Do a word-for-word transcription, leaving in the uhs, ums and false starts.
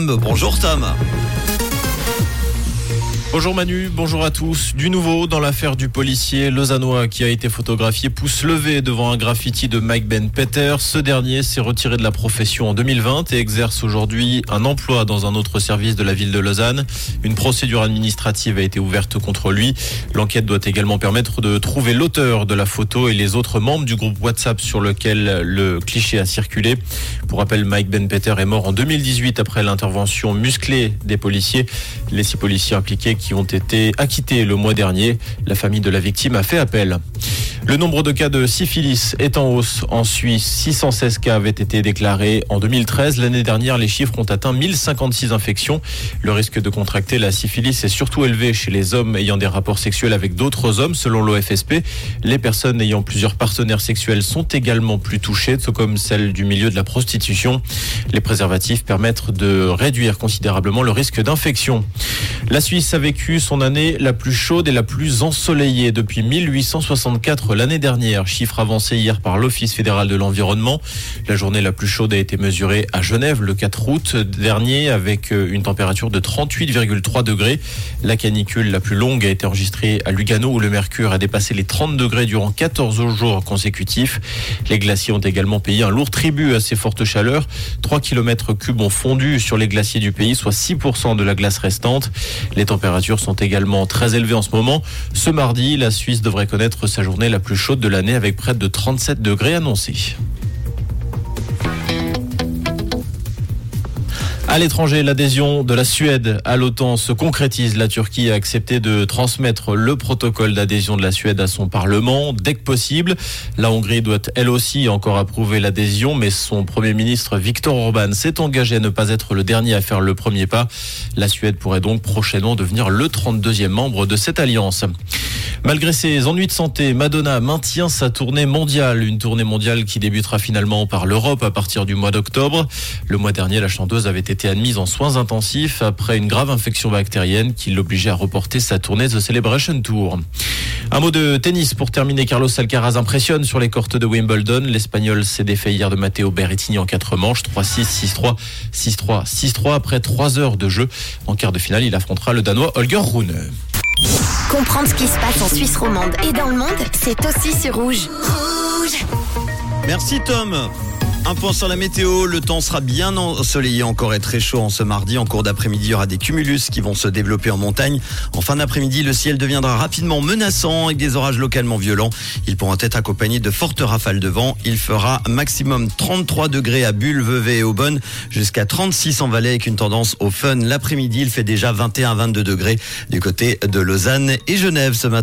Tom. Bonjour Tom. Bonjour Manu, bonjour à tous. Du nouveau dans l'affaire du policier lausannois qui a été photographié pouce levé devant un graffiti de Mike Ben Peter. Ce dernier s'est retiré de la profession en deux mille vingt et exerce aujourd'hui un emploi dans un autre service de la ville de Lausanne. Une procédure administrative a été ouverte contre lui. L'enquête doit également permettre de trouver l'auteur de la photo et les autres membres du groupe WhatsApp sur lequel le cliché a circulé. Pour rappel, Mike Ben Peter est mort en deux mille dix-huit après l'intervention musclée des policiers. Les six policiers impliqués qui ont été acquittés le mois dernier. La famille de la victime a fait appel. Le nombre de cas de syphilis est en hausse en Suisse. six cent seize cas avaient été déclarés en deux mille treize. L'année dernière, les chiffres ont atteint mille cinquante-six infections. Le risque de contracter la syphilis est surtout élevé chez les hommes ayant des rapports sexuels avec d'autres hommes, selon l'O F S P. Les personnes ayant plusieurs partenaires sexuels sont également plus touchées, tout comme celles du milieu de la prostitution. Les préservatifs permettent de réduire considérablement le risque d'infection. La Suisse a vécu son année la plus chaude et la plus ensoleillée depuis mille huit cent soixante-quatre l'année dernière. Chiffre avancé hier par l'Office fédéral de l'environnement. La journée la plus chaude a été mesurée à Genève le quatre août dernier avec une température de trente-huit virgule trois degrés. La canicule la plus longue a été enregistrée à Lugano où le mercure a dépassé les trente degrés durant quatorze jours consécutifs. Les glaciers ont également payé un lourd tribut à ces fortes chaleurs. trois kilomètres cubes ont fondu sur les glaciers du pays, soit six pour cent de la glace restante. Les températures sont également très élevées en ce moment. Ce mardi, la Suisse devrait connaître sa journée la plus chaude de l'année avec près de trente-sept degrés annoncés. À l'étranger, l'adhésion de la Suède à l'OTAN se concrétise. La Turquie a accepté de transmettre le protocole d'adhésion de la Suède à son Parlement dès que possible. La Hongrie doit elle aussi encore approuver l'adhésion, mais son Premier ministre Viktor Orban s'est engagé à ne pas être le dernier à faire le premier pas. La Suède pourrait donc prochainement devenir le trente-deuxième membre de cette alliance. Malgré ses ennuis de santé, Madonna maintient sa tournée mondiale. Une tournée mondiale qui débutera finalement par l'Europe à partir du mois d'octobre. Le mois dernier, la chanteuse avait été admise en soins intensifs après une grave infection bactérienne qui l'obligeait à reporter sa tournée The Celebration Tour. Un mot de tennis pour terminer. Carlos Alcaraz impressionne sur les courts de Wimbledon. L'Espagnol s'est défait hier de Matteo Berrettini en quatre manches. trois six, six trois, six trois, six trois après trois heures de jeu. En quart de finale, il affrontera le Danois Holger Rune. Comprendre ce qui se passe en Suisse romande et dans le monde, c'est aussi sur Rouge. Rouge. Merci Tom. Un point sur la météo, le temps sera bien ensoleillé encore et très chaud en ce mardi. En cours d'après-midi, il y aura des cumulus qui vont se développer en montagne. En fin d'après-midi, le ciel deviendra rapidement menaçant avec des orages localement violents. Ils pourront être accompagnés de fortes rafales de vent. Il fera maximum trente-trois degrés à Bulle, Vevey et Aubonne, jusqu'à trente-six en Valais avec une tendance au fun. L'après-midi, il fait déjà vingt et un à vingt-deux degrés du côté de Lausanne et Genève ce matin.